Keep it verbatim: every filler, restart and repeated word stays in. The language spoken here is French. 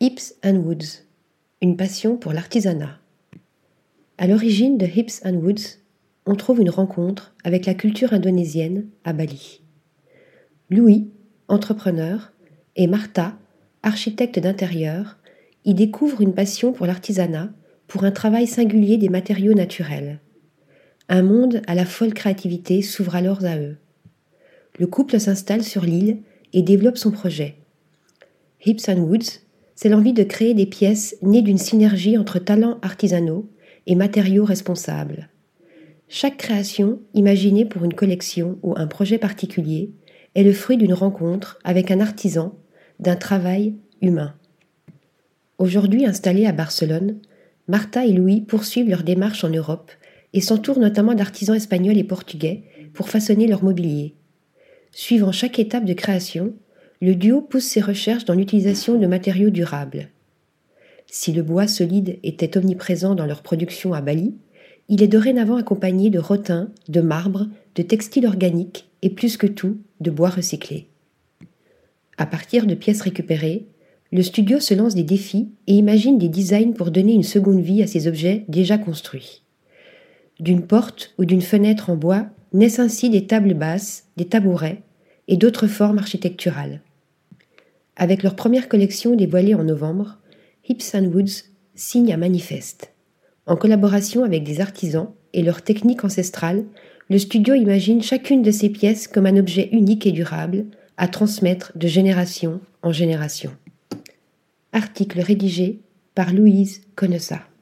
Hips and Woods, une passion pour l'artisanat. À l'origine de Hips and Woods, on trouve une rencontre avec la culture indonésienne à Bali. Louis, entrepreneur, et Martha, architecte d'intérieur, y découvrent une passion pour l'artisanat, pour un travail singulier des matériaux naturels. Un monde à la folle créativité s'ouvre alors à eux. Le couple s'installe sur l'île et développe son projet. Hips and Woods, c'est l'envie de créer des pièces nées d'une synergie entre talents artisanaux et matériaux responsables. Chaque création, imaginée pour une collection ou un projet particulier, est le fruit d'une rencontre avec un artisan, d'un travail humain. Aujourd'hui installés à Barcelone, Martha et Louis poursuivent leur démarche en Europe et s'entourent notamment d'artisans espagnols et portugais pour façonner leur mobilier. Suivant chaque étape de création, le duo pousse ses recherches dans l'utilisation de matériaux durables. Si le bois solide était omniprésent dans leur production à Bali, il est dorénavant accompagné de rotin, de marbre, de textiles organiques et plus que tout, de bois recyclé. À partir de pièces récupérées, le studio se lance des défis et imagine des designs pour donner une seconde vie à ces objets déjà construits. D'une porte ou d'une fenêtre en bois naissent ainsi des tables basses, des tabourets et d'autres formes architecturales. Avec leur première collection dévoilée en novembre, Hips and Woods signe un manifeste. En collaboration avec des artisans et leurs techniques ancestrales, le studio imagine chacune de ces pièces comme un objet unique et durable à transmettre de génération en génération. Article rédigé par Louise Connessa.